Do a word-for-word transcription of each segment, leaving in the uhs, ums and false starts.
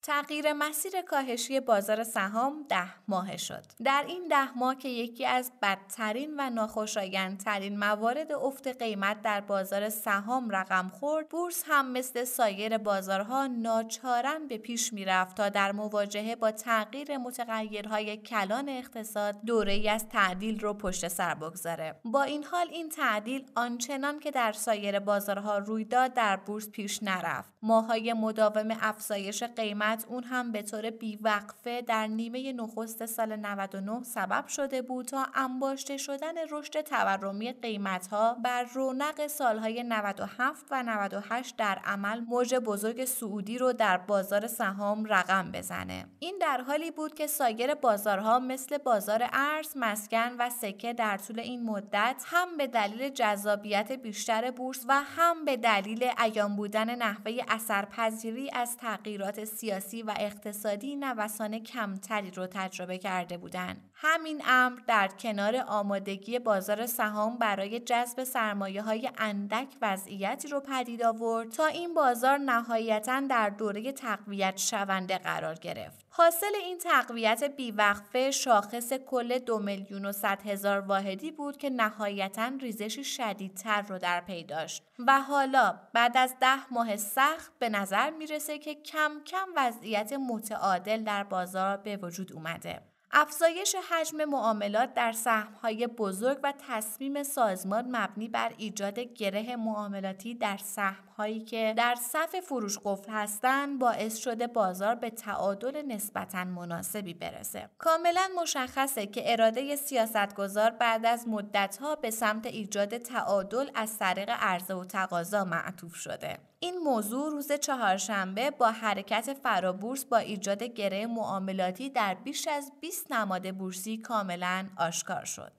تغییر مسیر کاهشی بازار سهام ده ماهه شد. در این ده ماه که یکی از بدترین و ناخوشایندترین موارد افت قیمت در بازار سهام رقم خورد، بورس هم مثل سایر بازارها ناچارن به پیش میرفت تا در مواجهه با تغییر متغیرهای کلان اقتصاد دوره‌ای از تعدیل رو پشت سر بگذاره. با این حال این تعدیل آنچنان که در سایر بازارها روی داد در بورس پیش نرفت. ماه‌های مداوم افزایش قیمت اون هم به طور بیوقفه در نیمه نخست سال نود و نه سبب شده بود تا انباشته شدن رشد تورمی قیمت‌ها بر رونق سالهای نود و هفت و نود و هشت در عمل موج بزرگ صعودی رو در بازار سهام رقم بزنه. این در حالی بود که سایر بازارها مثل بازار ارز، مسکن و سکه در طول این مدت هم به دلیل جذابیت بیشتر بورس و هم به دلیل عیان بودن نحوه اثرپذیری از تغییرات سیاسی و اقتصادی نوسان کمتری رو تجربه کرده بودند. همین امر در کنار آمادگی بازار سهام برای جذب سرمایه‌های اندک وضعیتی رو پدید آورد تا این بازار نهایتاً در دوره تقویت شونده قرار گرفت. حاصل این تقویت بیوقفه شاخص کل دو میلیون و صد هزار واحدی بود که نهایتاً ریزشی شدیدتر رو در پی داشت و حالا بعد از ده ماه سخت به نظر میرسه که کم کم وضعیت متعادل در بازار به وجود اومده. افزایش حجم معاملات در سهم‌های بزرگ و تصمیم سازمان مبنی بر ایجاد گره معاملاتی در سهم‌هایی که در صف فروش قفل هستند باعث شده بازار به تعادل نسبتاً مناسبی برسه. کاملاً مشخصه که اراده سیاستگزار بعد از مدت‌ها به سمت ایجاد تعادل از طریق عرضه و تقاضا معطوف شده. این موضوع روز چهارشنبه با حرکت فرابورس با ایجاد گره معاملاتی در بیش از بیست نماد بورسی کاملاً آشکار شد.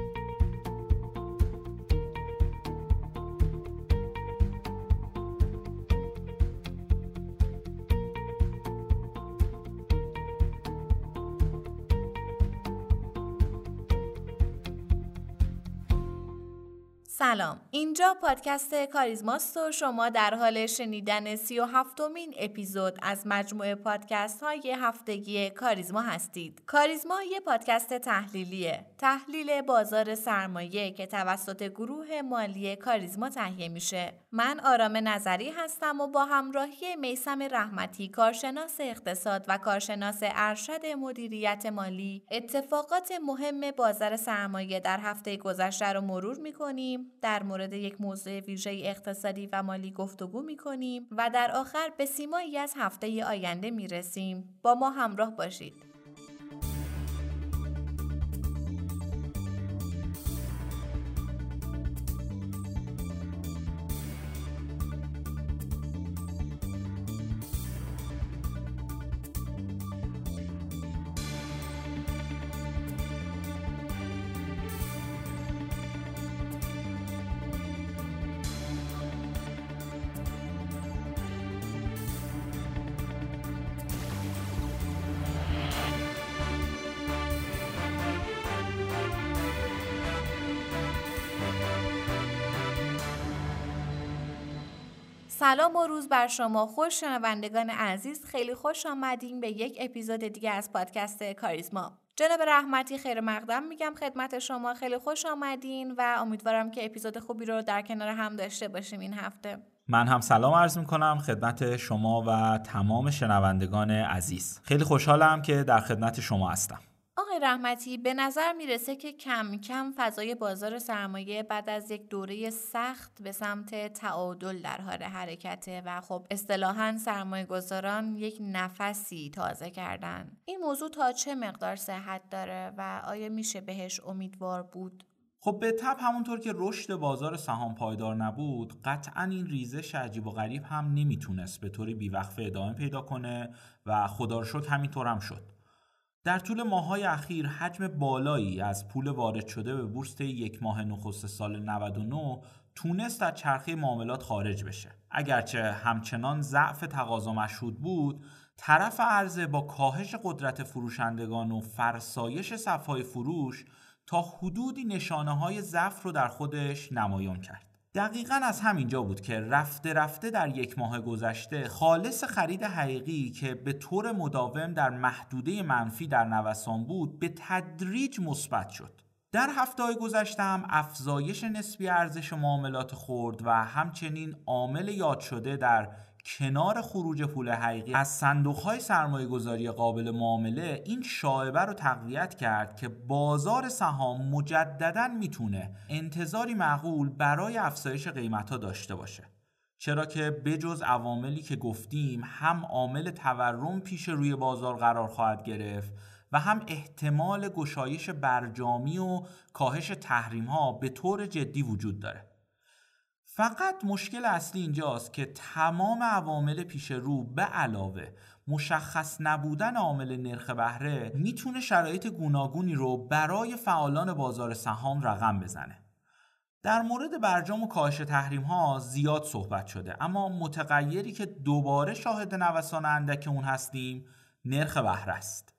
سلام، اینجا پادکست کاریزماست و شما در حال شنیدن سی و هفتمین اپیزود از مجموعه پادکست های هفتگی کاریزما هستید. کاریزما یه پادکست تحلیلیه، تحلیل بازار سرمایه که توسط گروه مالی کاریزما تهیه میشه. من آرام نظری هستم و با همراهی میثم رحمتی، کارشناس اقتصاد و کارشناس ارشد مدیریت مالی، اتفاقات مهم بازار سرمایه در هفته گذشته رو مرور میکنیم. در مورد یک موضوع ویژه اقتصادی و مالی گفتگو می‌کنیم و در آخر به سیمایی از هفته آینده می‌رسیم. با ما همراه باشید. سلام و روز بر شما خوش شنوندگان عزیز، خیلی خوش آمدین به یک اپیزود دیگه از پادکست کاریزما. جناب رحمتی خیر مقدم میگم خدمت شما، خیلی خوش آمدین و امیدوارم که اپیزود خوبی رو در کنار هم داشته باشیم این هفته. من هم سلام عرض میکنم خدمت شما و تمام شنوندگان عزیز. خیلی خوشحالم که در خدمت شما هستم. آقای رحمتی، به نظر میرسه که کم کم فضای بازار سرمایه بعد از یک دوره سخت به سمت تعادل در حال حرکته و خب اصطلاحاً سرمایه گذاران یک نفسی تازه کردن. این موضوع تا چه مقدار صحت داره و آیا میشه بهش امیدوار بود؟ خب به طب همونطور که رشد بازار سهام پایدار نبود، قطعاً این ریزش عجیب و غریب هم نمیتونست به طور بیوقفه ادامه پیدا کنه و خدا رو شکر همینطور هم شد. در طول ماه‌های اخیر حجم بالایی از پول وارد شده به بورس طی یک ماه نخست سال نود و نه تونست از چرخه معاملات خارج بشه. اگرچه همچنان ضعف تقاضا مشهود بود، طرف عرضه با کاهش قدرت فروشندگان و فرسایش صف‌های فروش تا حدودی نشانه‌های ضعف رو در خودش نمایان کرد. دقیقاً از همینجا بود که رفته رفته در یک ماه گذشته خالص خرید حقیقی که به طور مداوم در محدوده منفی در نوسان بود به تدریج مثبت شد. در هفته‌های گذشته هم افزایش نسبی ارزش معاملات خرد و همچنین عامل یاد شده در کنار خروج پول حقیقی از صندوق‌های سرمایه‌گذاری قابل معامله این شایعه رو تقویت کرد که بازار سهام مجدداً میتونه انتظاری معقول برای افزایش قیمت‌ها داشته باشه، چرا که بجز عواملی که گفتیم هم عامل تورم پیش روی بازار قرار خواهد گرفت و هم احتمال گشایش برجامی و کاهش تحریم‌ها به طور جدی وجود داره. فقط مشکل اصلی اینجاست که تمام عوامل پیش رو به علاوه مشخص نبودن عامل نرخ بهره میتونه شرایط گوناگونی رو برای فعالان بازار سهام رقم بزنه. در مورد برجام و کاهش تحریم ها زیاد صحبت شده، اما متغیری که دوباره شاهد نوسان اندک اون هستیم نرخ بهره است.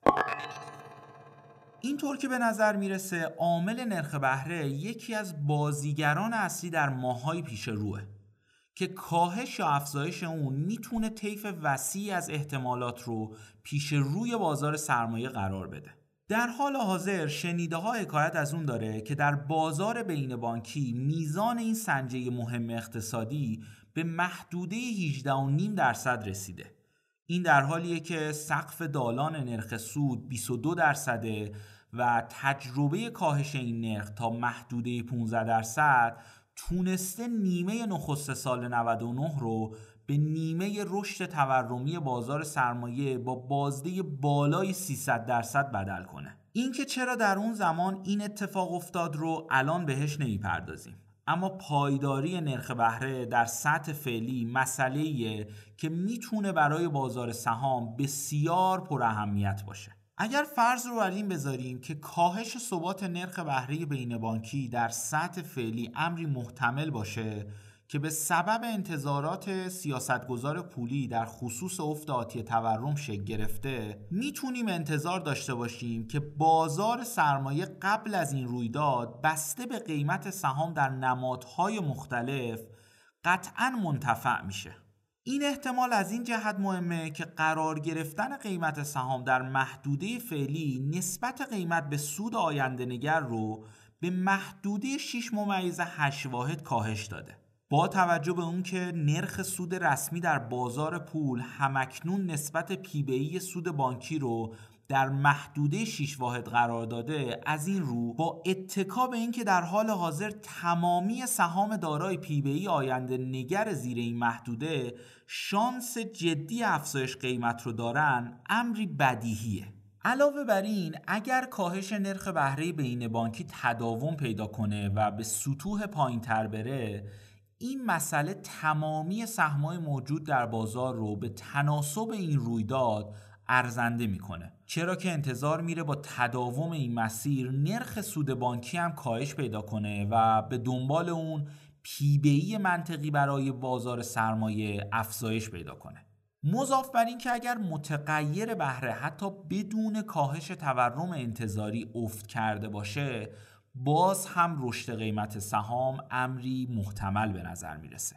اینطور که به نظر میرسه عامل نرخ بهره یکی از بازیگران اصلی در ماه‌های پیش روه که کاهش یا افزایش اون میتونه طیف وسیعی از احتمالات رو پیش روی بازار سرمایه قرار بده. در حال حاضر شنیده ها حکایت از اون داره که در بازار بین بانکی میزان این سنجه مهم اقتصادی به محدوده هجده و نیم درصد رسیده. این در حالیه که سقف دالان نرخ سود بیست و دو درصده و تجربه کاهش این نرخ تا محدوده پانزده درصد تونسته نیمه نخست سال نود و نه رو به نیمه رشد تورمی بازار سرمایه با بازده بالای سیصد درصد بدل کنه. این که چرا در اون زمان این اتفاق افتاد رو الان بهش نمیپردازیم، اما پایداری نرخ بهره در سطح فعلی مسئله‌ایه که میتونه برای بازار سهام بسیار پر اهمیت باشه. اگر فرض رو بر این بذاریم که کاهش ثبات نرخ بهره بین بانکی در سطح فعلی امری محتمل باشه که به سبب انتظارات سیاستگزار پولی در خصوص افت آتی تورم شکل گرفته، میتونیم انتظار داشته باشیم که بازار سرمایه قبل از این رویداد بسته به قیمت سهام در نمادهای مختلف قطعاً منتفع میشه. این احتمال از این جهت مهمه که قرار گرفتن قیمت سهام در محدوده فعلی نسبت قیمت به سود آینده نگر رو به محدوده شش ممیز هشت واحد کاهش داده. با توجه به اون که نرخ سود رسمی در بازار پول همکنون نسبت پی بی ای سود بانکی رو در محدوده شش واحد قرار داده، از این رو با اتکا به این که در حال حاضر تمامی سهام دارای پی بی ای آینده نگر زیر این محدوده شانس جدی افزایش قیمت رو دارن، امری بدیهیه. علاوه بر این اگر کاهش نرخ بهره بین بانکی تداوم پیدا کنه و به سطوح پایین تر بره، این مسئله تمامی سهم‌های موجود در بازار رو به تناسب این رویداد ارزنده میکنه، چرا که انتظار میره با تداوم این مسیر نرخ سود بانکی هم کاهش پیدا کنه و به دنبال اون پی بی ای منطقی برای بازار سرمایه افزایش پیدا کنه. مضاف بر این که اگر متغیر بهره حتی بدون کاهش تورم انتظاری افت کرده باشه، باز هم رشد قیمت سهام امری محتمل به نظر میرسه.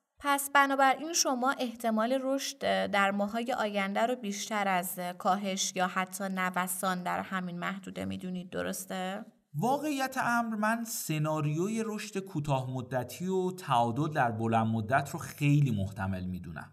پس بنابراین شما احتمال رشد در ماه‌های آینده رو بیشتر از کاهش یا حتی نوسان در همین محدوده میدونید، درسته؟ واقعیت امر من سناریوی رشد کوتاه مدتی و تعادل در بلند مدت رو خیلی محتمل میدونم.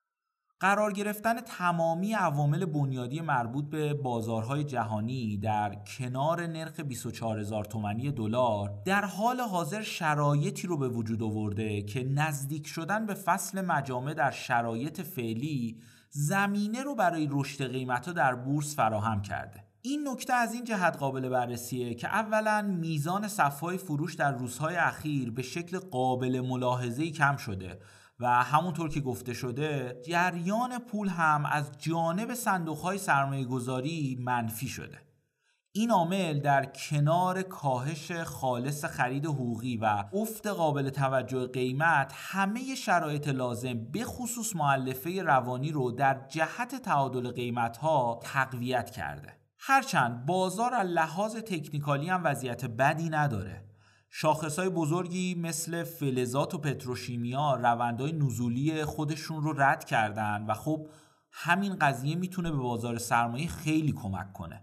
قرار گرفتن تمامی عوامل بنیادی مربوط به بازارهای جهانی در کنار نرخ بیست و چهار هزار تومانی دلار در حال حاضر شرایطی رو به وجود آورده که نزدیک شدن به فصل مجامع در شرایط فعلی زمینه رو برای رشد قیمت‌ها در بورس فراهم کرده. این نکته از این جهت قابل بررسیه که اولا میزان صف‌های فروش در روزهای اخیر به شکل قابل ملاحظه‌ای کم شده و همونطور که گفته شده جریان پول هم از جانب صندوق‌های سرمایه‌گذاری منفی شده. این عامل در کنار کاهش خالص خرید حقوقی و افت قابل توجه قیمت همه شرایط لازم به خصوص مؤلفه روانی رو در جهت تعادل قیمت‌ها تقویت کرده. هرچند بازار از لحاظ تکنیکالی هم وضعیت بدی نداره، شاخص‌های بزرگی مثل فلزات و پتروشیمیا روندهای نزولی خودشون رو رد کردن و خب همین قضیه میتونه به بازار سرمایه خیلی کمک کنه.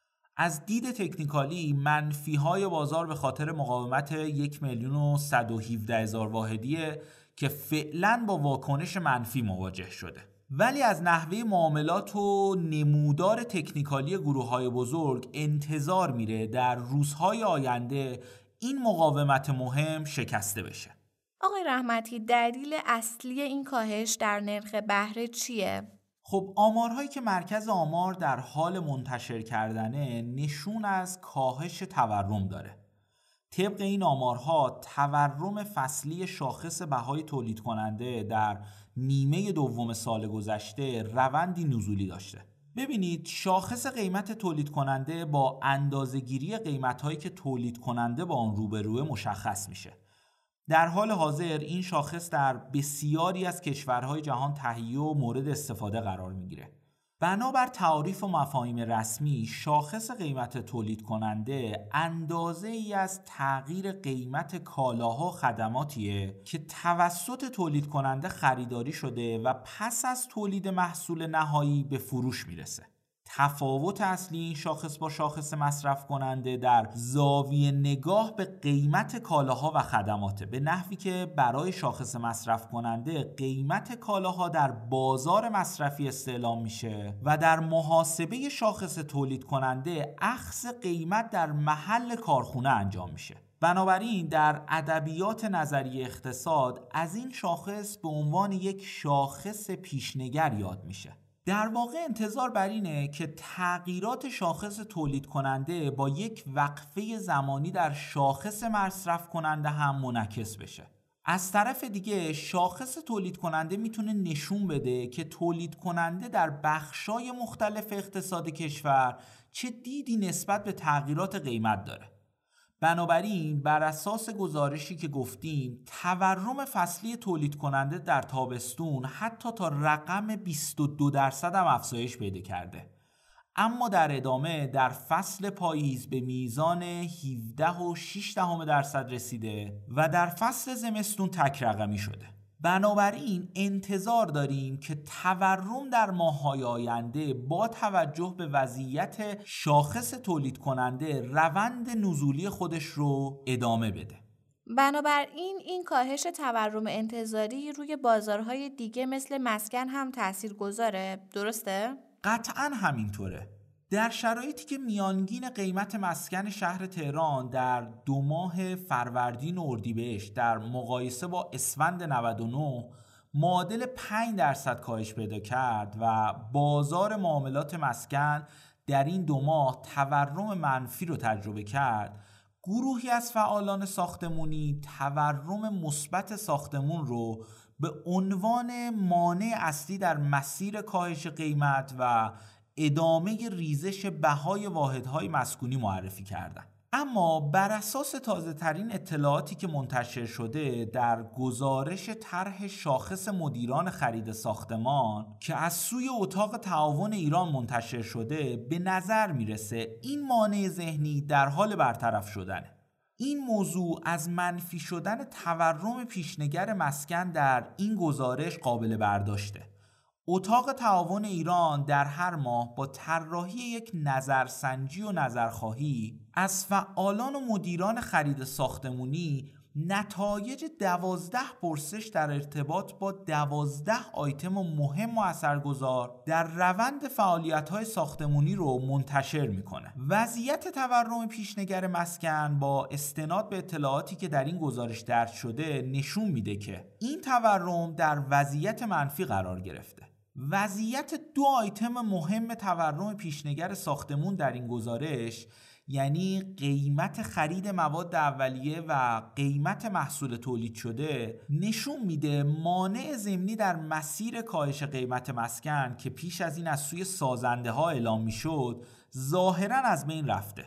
از دید تکنیکالی منفی‌های بازار به خاطر مقاومت یک میلیون و صد و هفده هزار واحدیه که فعلاً با واکنش منفی مواجه شده. ولی از نحوه معاملات و نمودار تکنیکالی گروه‌های بزرگ انتظار میره در روزهای آینده این مقاومت مهم شکسته بشه. آقای رحمتی، دلیل اصلی این کاهش در نرخ بهره چیه؟ خب آمارهایی که مرکز آمار در حال منتشر کردنه نشون از کاهش تورم داره. طبق این آمارها تورم فصلی شاخص بهای تولید کننده در نیمه دوم سال گذشته روندی نزولی داشته. ببینید شاخص قیمت تولید کننده با اندازه‌گیری قیمت‌هایی که تولید کننده با آن روبروه مشخص میشه. در حال حاضر این شاخص در بسیاری از کشورهای جهان تهیه و مورد استفاده قرار میگیره. بنابر تعاریف و مفاهیم رسمی شاخص قیمت تولید کننده اندازه ای از تغییر قیمت کالاها و خدماتیه که توسط تولید کننده خریداری شده و پس از تولید محصول نهایی به فروش میرسه. تفاوت اصلی این شاخص با شاخص مصرف کننده در زاویه نگاه به قیمت کالاها و خدماته، به نحوی که برای شاخص مصرف کننده قیمت کالاها در بازار مصرفی استعلام میشه و در محاسبه شاخص تولید کننده اخذ قیمت در محل کارخونه انجام میشه. بنابراین در ادبیات نظری اقتصاد از این شاخص به عنوان یک شاخص پیشنگر یاد میشه. در واقع انتظار بر اینه که تغییرات شاخص تولید کننده با یک وقفه زمانی در شاخص مصرف کننده هم منعکس بشه. از طرف دیگه شاخص تولید کننده میتونه نشون بده که تولید کننده در بخشای مختلف اقتصاد کشور چه دیدی نسبت به تغییرات قیمت داره. بنابراین بر اساس گزارشی که گفتیم تورم فصلی تولید کننده در تابستون حتی تا رقم بیست و دو درصد هم افزایش پیدا کرده، اما در ادامه در فصل پاییز به میزان هفده و شش دهم درصد رسیده و در فصل زمستون تک رقمی شده. بنابراین انتظار داریم که تورم در ماه‌های آینده با توجه به وضعیت شاخص تولید کننده روند نزولی خودش رو ادامه بده. بنابراین این کاهش تورم انتظاری روی بازارهای دیگه مثل مسکن هم تأثیر گذاره، درسته؟ قطعاً همینطوره. در شرایطی که میانگین قیمت مسکن شهر تهران در دو ماه فروردین و اردیبهشت در مقایسه با اسفند نود و نه معادل پنج درصد کاهش پیدا کرد و بازار معاملات مسکن در این دو ماه تورم منفی رو تجربه کرد، گروهی از فعالان ساختمانی تورم مثبت ساختمون رو به عنوان مانع اصلی در مسیر کاهش قیمت و ادامه ریزش بهای واحدهای مسکونی معرفی کردند. اما بر اساس تازه ترین اطلاعاتی که منتشر شده در گزارش طرح شاخص مدیران خرید ساختمان که از سوی اتاق تعاون ایران منتشر شده، به نظر میرسه این مانع ذهنی در حال برطرف شدنه. این موضوع از منفی شدن تورم پیشنگر مسکن در این گزارش قابل برداشته. اتاق تعاون ایران در هر ماه با طراحی یک نظرسنجی و نظرخواهی از فعالان و مدیران خرید ساختمانی نتایج دوازده پرسش در ارتباط با دوازده آیتم مهم و اثرگذار در روند فعالیت‌های ساختمانی رو منتشر میکنه. وضعیت تورم پیشنگر مسکن با استناد به اطلاعاتی که در این گزارش درج شده نشون میده که این تورم در وضعیت منفی قرار گرفته. وضعیت دو آیتم مهم تورم پیشنگر ساختمون در این گزارش، یعنی قیمت خرید مواد اولیه و قیمت محصول تولید شده، نشون میده مانع ضمنی در مسیر کاهش قیمت مسکن که پیش از این از سوی سازنده ها اعلام میشد ظاهرا از بین رفته.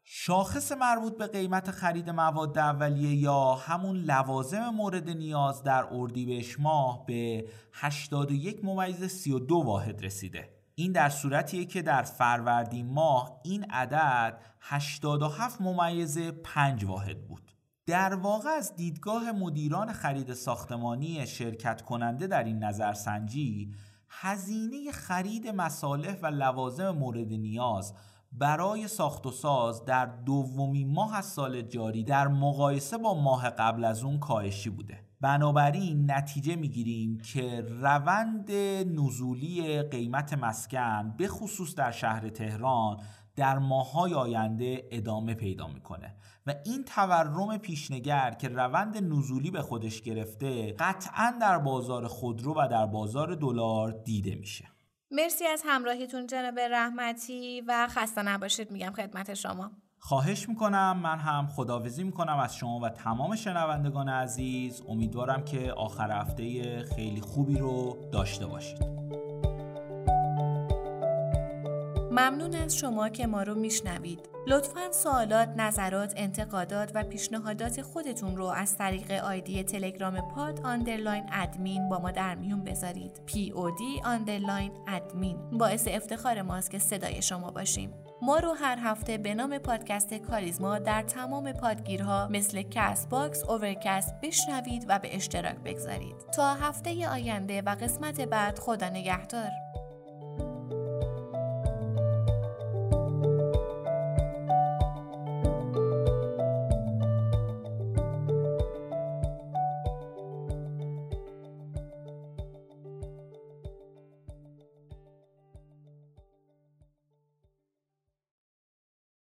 شاخص مربوط به قیمت خرید مواد اولیه یا همون لوازم مورد نیاز در اردیبهشت ماه به هشتاد و یک ممیز سی و دو واحد رسیده. این در صورتیه که در فروردین ماه این عدد هشتاد و هفت ممیز پنج واحد بود. در واقع از دیدگاه مدیران خرید ساختمانی شرکت کننده در این نظرسنجی، هزینه خرید مصالح و لوازم مورد نیاز برای ساخت و ساز در دومین ماه از سال جاری در مقایسه با ماه قبل از اون کاهشی بوده. بنابراین نتیجه میگیریم که روند نزولی قیمت مسکن به خصوص در شهر تهران در ماه‌های آینده ادامه پیدا میکنه و این تورم پیشنگر که روند نزولی به خودش گرفته قطعاً در بازار خودرو و در بازار دلار دیده میشه. مرسی از همراهیتون جناب رحمتی و خسته نباشید میگم خدمت شما. خواهش میکنم. من هم خداحافظی میکنم از شما و تمام شنوندگان عزیز. امیدوارم که آخر هفته خیلی خوبی رو داشته باشید. ممنون از شما که ما رو میشنوید. لطفاً سوالات، نظرات، انتقادات و پیشنهادات خودتون رو از طریق آیدی تلگرام پاد آندرلاین ادمین با ما در میون بذارید. پی او دی آندرلاین ادمین. باعث افتخار ماست که صدای شما باشیم. ما رو هر هفته به نام پادکست کاریزما در تمام پادگیرها مثل کست باکس، اوورکست بشنوید و به اشتراک بگذارید. تا هفته آینده و قسمت بعد، خدا نگهدار.